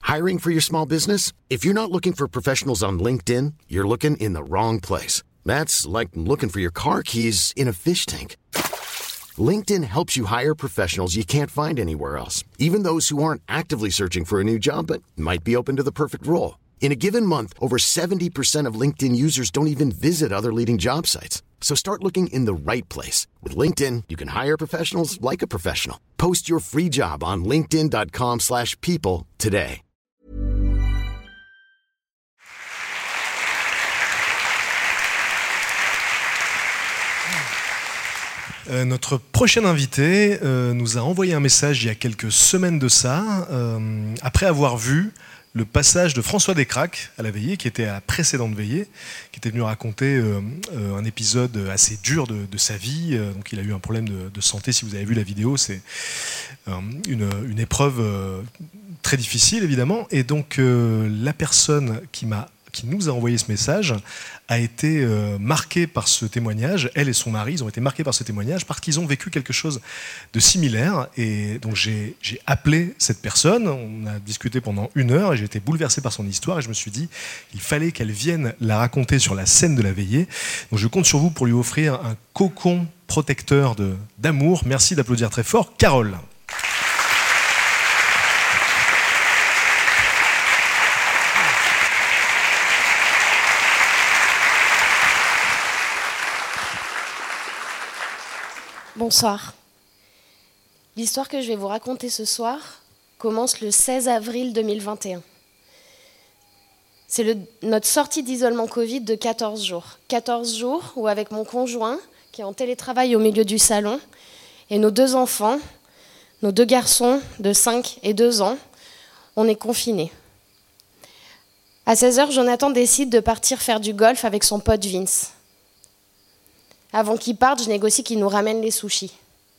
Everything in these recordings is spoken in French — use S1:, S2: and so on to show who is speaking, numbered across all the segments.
S1: Hiring for your small business? If you're not looking for professionals on LinkedIn, you're looking in the wrong place. That's like looking for your car keys in a fish tank. LinkedIn helps you hire professionals you can't find anywhere else, even those who aren't actively searching for a new job but might be open to the perfect role. In a given month, over 70% of LinkedIn users don't even visit other leading job sites. So start looking in the right place. With LinkedIn, you can hire professionals like a professional. Post your free job on linkedin.com/people today.
S2: Notre prochain invité nous a envoyé un message il y a quelques semaines de ça, après avoir vu le passage de François Descraques à la veillée, qui était à la précédente veillée, qui était venu raconter un épisode assez dur de sa vie. Donc il a eu un problème de santé, si vous avez vu la vidéo, c'est une épreuve très difficile évidemment. Et donc la personne qui nous a envoyé ce message a été marquée par ce témoignage. Elle et son mari, ils ont été marqués par ce témoignage parce qu'ils ont vécu quelque chose de similaire. Et donc j'ai appelé cette personne, on a discuté pendant 1 heure et j'ai été bouleversé par son histoire et je me suis dit il fallait qu'elle vienne la raconter sur la scène de la veillée. Donc je compte sur vous pour lui offrir un cocon protecteur d'amour. Merci d'applaudir très fort Carole.
S3: Bonsoir. L'histoire que je vais vous raconter ce soir commence le 16 avril 2021. C'est notre sortie d'isolement Covid de 14 jours. 14 jours où, avec mon conjoint, qui est en télétravail au milieu du salon, et nos 2 enfants, nos 2 garçons de 5 et 2 ans, on est confinés. À 16h, Jonathan décide de partir faire du golf avec son pote Vince. Avant qu'il parte, je négocie qu'il nous ramène les sushis.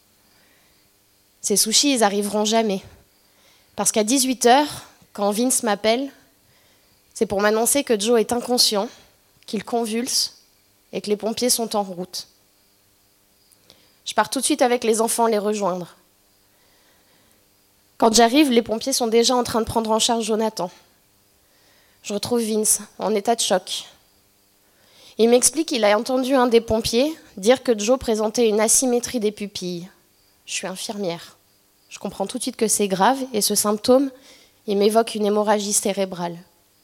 S3: Ces sushis, ils arriveront jamais. Parce qu'à 18h, quand Vince m'appelle, c'est pour m'annoncer que Joe est inconscient, qu'il convulse et que les pompiers sont en route. Je pars tout de suite avec les enfants les rejoindre. Quand j'arrive, les pompiers sont déjà en train de prendre en charge Jonathan. Je retrouve Vince, en état de choc. Il m'explique qu'il a entendu un des pompiers dire que Joe présentait une asymétrie des pupilles. Je suis infirmière. Je comprends tout de suite que c'est grave et ce symptôme, il m'évoque une hémorragie cérébrale.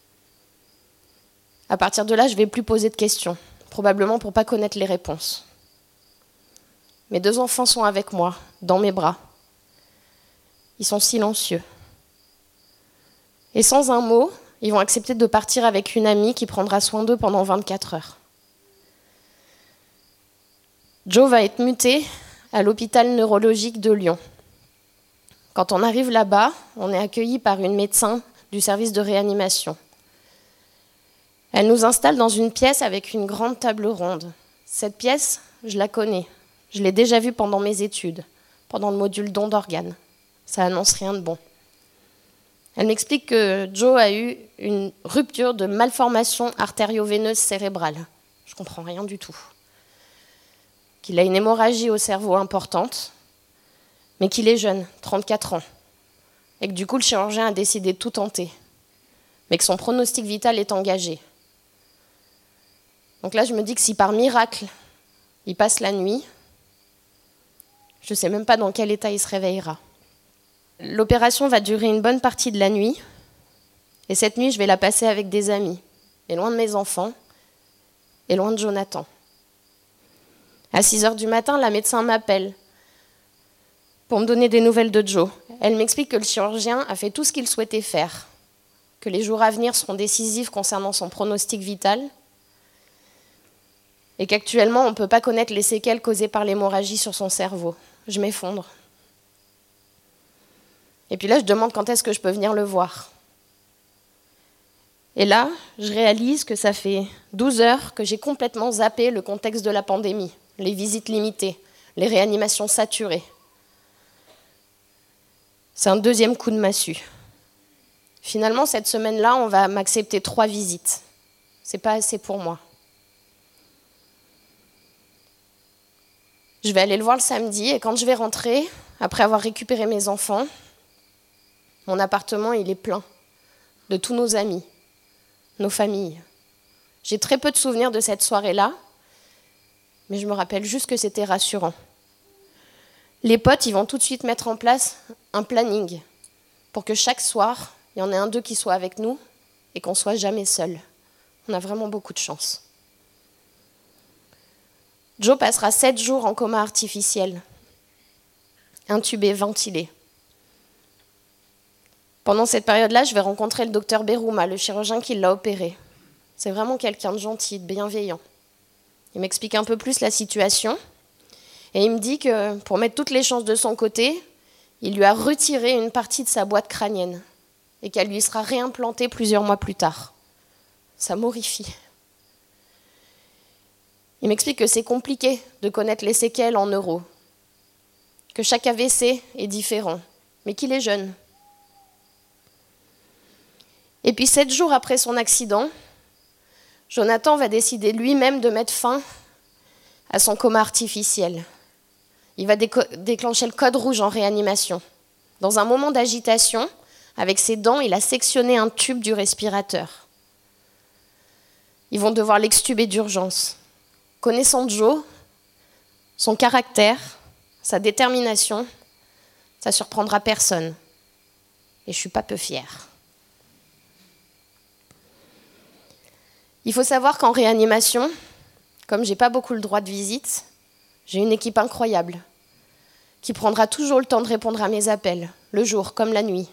S3: À partir de là, je ne vais plus poser de questions, probablement pour ne pas connaître les réponses. Mes 2 enfants sont avec moi, dans mes bras. Ils sont silencieux. Et sans un mot, ils vont accepter de partir avec une amie qui prendra soin d'eux pendant 24 heures. Joe va être muté à l'hôpital neurologique de Lyon. Quand on arrive là-bas, on est accueilli par une médecin du service de réanimation. Elle nous installe dans une pièce avec une grande table ronde. Cette pièce, je la connais. Je l'ai déjà vue pendant mes études, pendant le module don d'organes. Ça annonce rien de bon. Elle m'explique que Joe a eu une rupture de malformation artério-veineuse cérébrale. Je comprends rien du tout. Qu'il a une hémorragie au cerveau importante, mais qu'il est jeune, 34 ans, et que du coup le chirurgien a décidé de tout tenter, mais que son pronostic vital est engagé. Donc là, je me dis que si par miracle, il passe la nuit, je ne sais même pas dans quel état il se réveillera. L'opération va durer une bonne partie de la nuit, et cette nuit, je vais la passer avec des amis, et loin de mes enfants, et loin de Jonathan. À 6h du matin, la médecin m'appelle pour me donner des nouvelles de Joe. Elle m'explique que le chirurgien a fait tout ce qu'il souhaitait faire, que les jours à venir seront décisifs concernant son pronostic vital, et qu'actuellement, on ne peut pas connaître les séquelles causées par l'hémorragie sur son cerveau. Je m'effondre. Et puis là, je demande quand est-ce que je peux venir le voir. Et là, je réalise que ça fait 12 heures que j'ai complètement zappé le contexte de la pandémie, les visites limitées, les réanimations saturées. C'est un 2e coup de massue. Finalement, cette semaine-là, on va m'accepter 3 visites. C'est pas assez pour moi. Je vais aller le voir le samedi et quand je vais rentrer, après avoir récupéré mes enfants, mon appartement, il est plein. de tous nos amis, nos familles. J'ai très peu de souvenirs de cette soirée-là, mais je me rappelle juste que c'était rassurant. Les potes, ils vont tout de suite mettre en place un planning pour que chaque soir, il y en ait un d'eux qui soit avec nous et qu'on ne soit jamais seul. On a vraiment beaucoup de chance. Joe passera 7 jours en coma artificiel, intubé, ventilé. Pendant cette période-là, je vais rencontrer le docteur Berouma, le chirurgien qui l'a opéré. C'est vraiment quelqu'un de gentil, de bienveillant. Il m'explique un peu plus la situation et il me dit que pour mettre toutes les chances de son côté, il lui a retiré une partie de sa boîte crânienne et qu'elle lui sera réimplantée plusieurs mois plus tard. Ça m'horrifie. Il m'explique que c'est compliqué de connaître les séquelles en neuro, que chaque AVC est différent, mais qu'il est jeune. Et puis 7 jours après son accident, Jonathan va décider lui-même de mettre fin à son coma artificiel. Il va déclencher le code rouge en réanimation. Dans un moment d'agitation, avec ses dents, il a sectionné un tube du respirateur. Ils vont devoir l'extuber d'urgence. Connaissant Joe, son caractère, sa détermination, ça ne surprendra personne. Et je ne suis pas peu fière. Il faut savoir qu'en réanimation, comme je n'ai pas beaucoup le droit de visite, j'ai une équipe incroyable qui prendra toujours le temps de répondre à mes appels, le jour comme la nuit.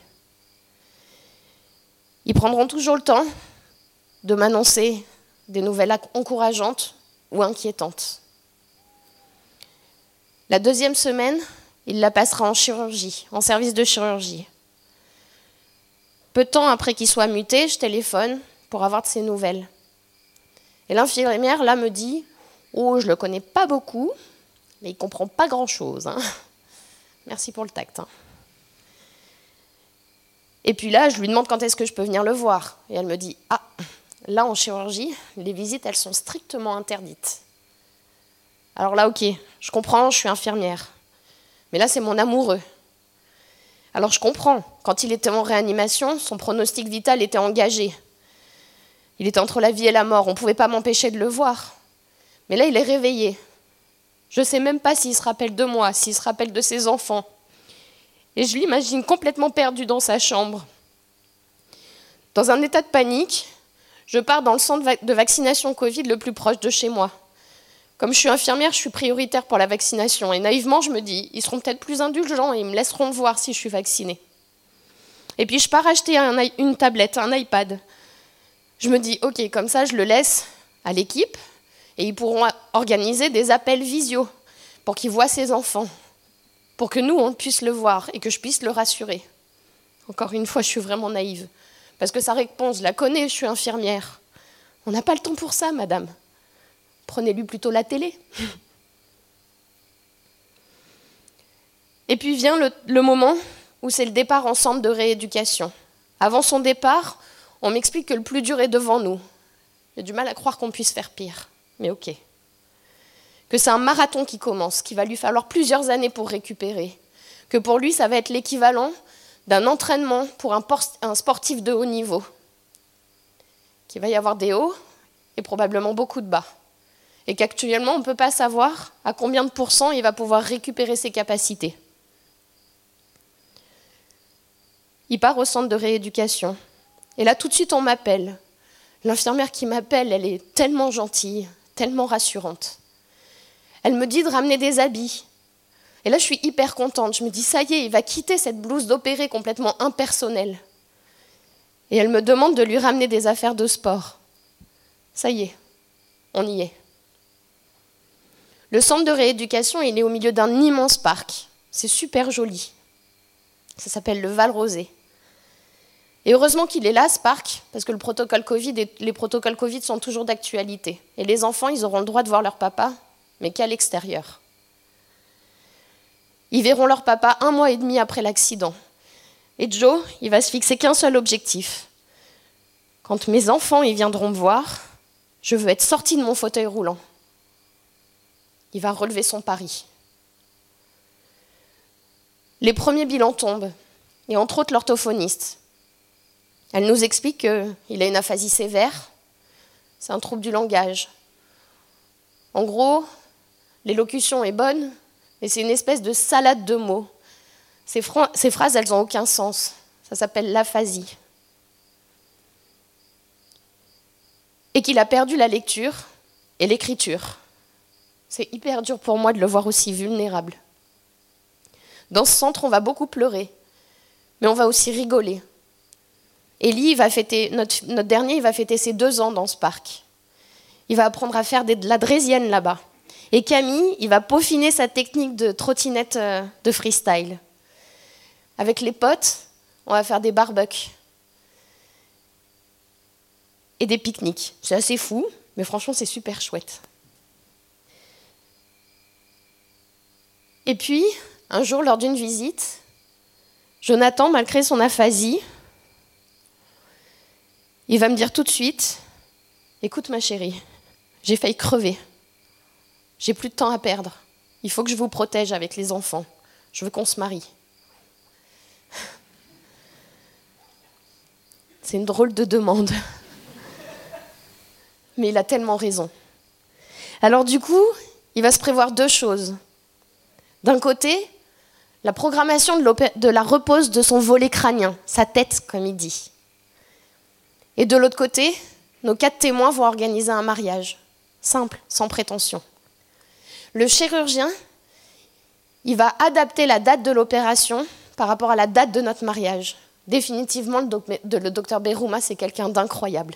S3: Ils prendront toujours le temps de m'annoncer des nouvelles encourageantes ou inquiétantes. La 2e semaine, il la passera en chirurgie, en service de chirurgie. Peu de temps après qu'il soit muté, je téléphone pour avoir de ses nouvelles. Et l'infirmière, là, me dit « Oh, je ne le connais pas beaucoup, mais il ne comprend pas grand-chose. Hein. » Merci pour le tact. Hein. Et puis là, je lui demande quand est-ce que je peux venir le voir. Et elle me dit « Ah, là, en chirurgie, les visites, elles sont strictement interdites. » Alors là, ok, je comprends, je suis infirmière. Mais là, c'est mon amoureux. Alors je comprends, quand il était en réanimation, son pronostic vital était engagé. Il était entre la vie et la mort, on ne pouvait pas m'empêcher de le voir. Mais là, il est réveillé. Je ne sais même pas s'il se rappelle de moi, s'il se rappelle de ses enfants. Et je l'imagine complètement perdu dans sa chambre. Dans un état de panique, je pars dans le centre de vaccination Covid le plus proche de chez moi. Comme je suis infirmière, je suis prioritaire pour la vaccination. Et naïvement, je me dis, ils seront peut-être plus indulgents et ils me laisseront voir si je suis vaccinée. Et puis je pars acheter une tablette, un iPad. Je me dis, ok, comme ça, je le laisse à l'équipe et ils pourront organiser des appels visio pour qu'ils voient ses enfants, pour que nous, on puisse le voir et que je puisse le rassurer. Encore une fois, je suis vraiment naïve. Parce que sa réponse, je la connais, je suis infirmière. On n'a pas le temps pour ça, madame. Prenez-lui plutôt la télé. Et puis vient le moment où c'est le départ en centre de rééducation. Avant son départ, on m'explique que le plus dur est devant nous. J'ai du mal à croire qu'on puisse faire pire, mais ok. Que c'est un marathon qui commence, qu'il va lui falloir plusieurs années pour récupérer. Que pour lui, ça va être l'équivalent d'un entraînement pour un sportif de haut niveau. Qu'il va y avoir des hauts et probablement beaucoup de bas. Et qu'actuellement, on ne peut pas savoir à combien de pourcents il va pouvoir récupérer ses capacités. Il part au centre de rééducation. Et là, tout de suite, on m'appelle. L'infirmière qui m'appelle, elle est tellement gentille, tellement rassurante. Elle me dit de ramener des habits. Et là, je suis hyper contente. Je me dis, ça y est, il va quitter cette blouse d'opéré complètement impersonnelle. Et elle me demande de lui ramener des affaires de sport. Ça y est, on y est. Le centre de rééducation, il est au milieu d'un immense parc. C'est super joli. Ça s'appelle le Val-Rosé. Et heureusement qu'il est là, ce parc, parce que les protocoles Covid sont toujours d'actualité. Et les enfants, ils auront le droit de voir leur papa, mais qu'à l'extérieur. Ils verront leur papa 1 mois et demi après l'accident. Et Joe, il va se fixer qu'un seul objectif. Quand mes enfants ils viendront me voir, je veux être sortie de mon fauteuil roulant. Il va relever son pari. Les premiers bilans tombent, et entre autres l'orthophoniste. Elle nous explique qu'il a une aphasie sévère, c'est un trouble du langage. En gros, l'élocution est bonne, mais c'est une espèce de salade de mots. Ces phrases, elles n'ont aucun sens. Ça s'appelle l'aphasie. Et qu'il a perdu la lecture et l'écriture. C'est hyper dur pour moi de le voir aussi vulnérable. Dans ce centre, on va beaucoup pleurer, mais on va aussi rigoler. Élie, notre dernier, il va fêter ses 2 ans dans ce parc. Il va apprendre à faire de la draisienne là-bas. Et Camille, il va peaufiner sa technique de trottinette de freestyle. Avec les potes, on va faire des barbecues. Et des pique-niques. C'est assez fou, mais franchement, c'est super chouette. Et puis, un jour, lors d'une visite, Jonathan, malgré son aphasie, il va me dire tout de suite, « Écoute ma chérie, j'ai failli crever. J'ai plus de temps à perdre. Il faut que je vous protège avec les enfants. Je veux qu'on se marie. » C'est une drôle de demande. Mais il a tellement raison. Alors du coup, il va se prévoir 2 choses. D'un côté, la programmation de la repose de son volet crânien, sa tête, comme il dit. Et de l'autre côté, nos 4 témoins vont organiser un mariage, simple, sans prétention. Le chirurgien, il va adapter la date de l'opération par rapport à la date de notre mariage. Définitivement, le docteur Berouma, c'est quelqu'un d'incroyable.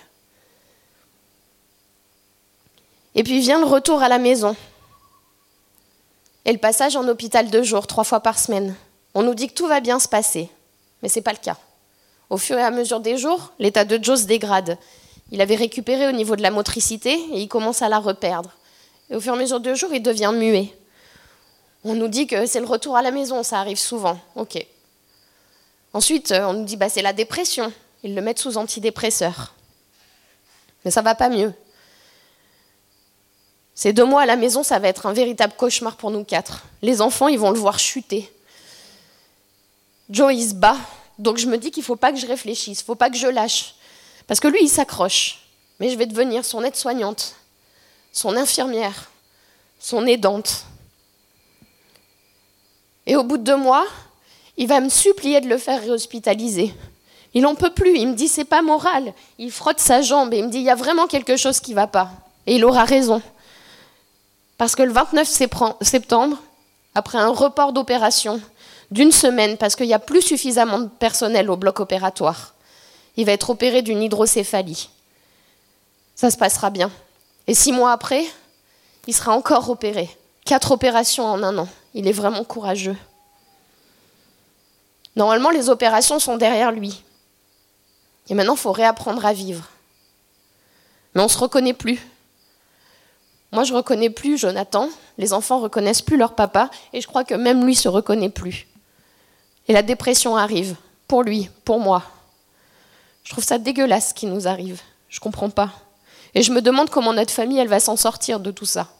S3: Et puis vient le retour à la maison. Et le passage en hôpital de jour, 3 fois par semaine. On nous dit que tout va bien se passer, mais ce n'est pas le cas. Au fur et à mesure des jours, l'état de Joe se dégrade. Il avait récupéré au niveau de la motricité et il commence à la reperdre. Et au fur et à mesure des jours, il devient muet. On nous dit que c'est le retour à la maison, ça arrive souvent. Ok. Ensuite, on nous dit que c'est la dépression. Ils le mettent sous antidépresseur. Mais ça ne va pas mieux. Ces 2 mois à la maison, ça va être un véritable cauchemar pour nous 4. Les enfants, ils vont le voir chuter. Joe, il se bat. Donc je me dis qu'il ne faut pas que je réfléchisse, il ne faut pas que je lâche. Parce que lui, il s'accroche. Mais je vais devenir son aide-soignante, son infirmière, son aidante. Et au bout de 2 mois, il va me supplier de le faire réhospitaliser. Il n'en peut plus, il me dit c'est pas moral. Il frotte sa jambe et il me dit il y a vraiment quelque chose qui ne va pas. Et il aura raison. Parce que le 29 septembre, après un report d'opération d'1 semaine, parce qu'il n'y a plus suffisamment de personnel au bloc opératoire, il va être opéré d'une hydrocéphalie. Ça se passera bien. Et 6 mois après, il sera encore opéré. 4 opérations en 1 an. Il est vraiment courageux. Normalement, les opérations sont derrière lui. Et maintenant, il faut réapprendre à vivre. Mais on ne se reconnaît plus. Moi, je ne reconnais plus Jonathan. Les enfants ne reconnaissent plus leur papa. Et je crois que même lui ne se reconnaît plus. Et la dépression arrive. Pour lui, pour moi. Je trouve ça dégueulasse ce qui nous arrive. Je ne comprends pas. Et je me demande comment notre famille, elle va s'en sortir de tout ça.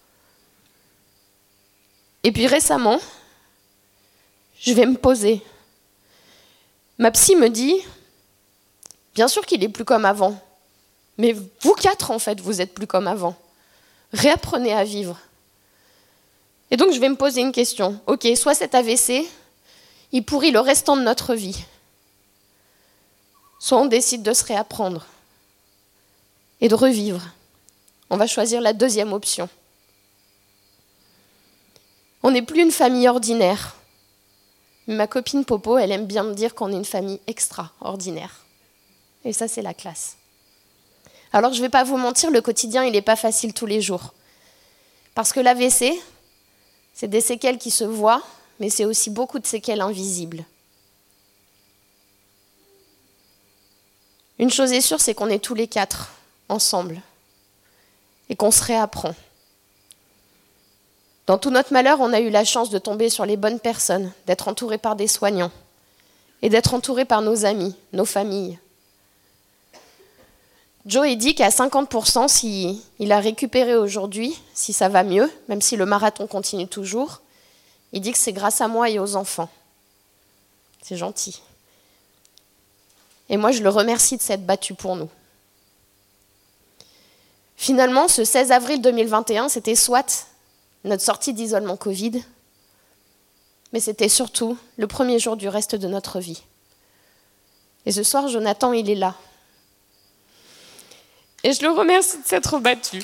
S3: Et puis récemment, je vais me poser. Ma psy me dit, bien sûr qu'il est plus comme avant, mais vous 4, en fait, vous êtes plus comme avant. Réapprenez à vivre. Et donc, je vais me poser une question. Ok, soit cet AVC, il pourrit le restant de notre vie. Soit on décide de se réapprendre et de revivre. On va choisir la 2e option. On n'est plus une famille ordinaire. Ma copine Popo, elle aime bien me dire qu'on est une famille extraordinaire. Et ça, c'est la classe. Alors, je ne vais pas vous mentir, le quotidien, il n'est pas facile tous les jours. Parce que l'AVC, c'est des séquelles qui se voient, mais c'est aussi beaucoup de séquelles invisibles. Une chose est sûre, c'est qu'on est tous les 4 ensemble et qu'on se réapprend. Dans tout notre malheur, on a eu la chance de tomber sur les bonnes personnes, d'être entouré par des soignants et d'être entouré par nos amis, nos familles. Joe, il dit qu'à 50%, s'il a récupéré aujourd'hui, si ça va mieux, même si le marathon continue toujours, il dit que c'est grâce à moi et aux enfants. C'est gentil. Et moi, je le remercie de s'être battu pour nous. Finalement, ce 16 avril 2021, c'était soit notre sortie d'isolement Covid, mais c'était surtout le premier jour du reste de notre vie. Et ce soir, Jonathan, il est là. Et je le remercie de s'être battu.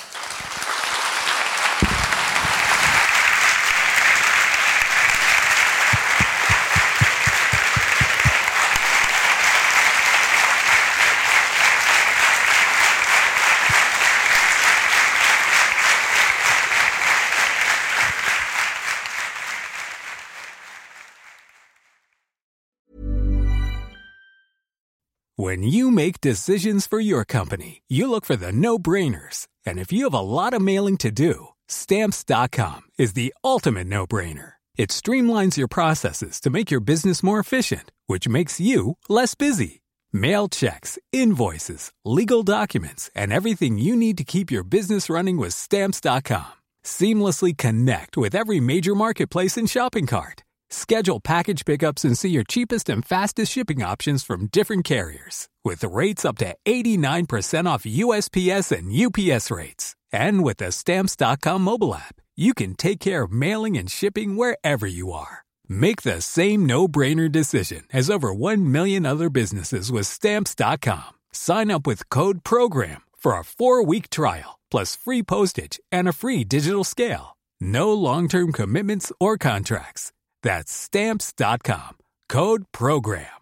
S4: When you make decisions for your company, you look for the no-brainers. And if you have a lot of mailing to do, Stamps.com is the ultimate no-brainer. It streamlines your processes to make your business more efficient, which makes you less busy. Mail checks, invoices, legal documents, and everything you need to keep your business running with Stamps.com. Seamlessly connect with every major marketplace and shopping cart. Schedule package pickups and see your cheapest and fastest shipping options from different carriers, with rates up to 89% off USPS and UPS rates. And with the Stamps.com mobile app, you can take care of mailing and shipping wherever you are. Make the same no-brainer decision as over 1 million other businesses with Stamps.com. Sign up with code PROGRAM for a 4-week trial, plus free postage and a free digital scale. No long-term commitments or contracts. That's Stamps.com. Code PROGRAM.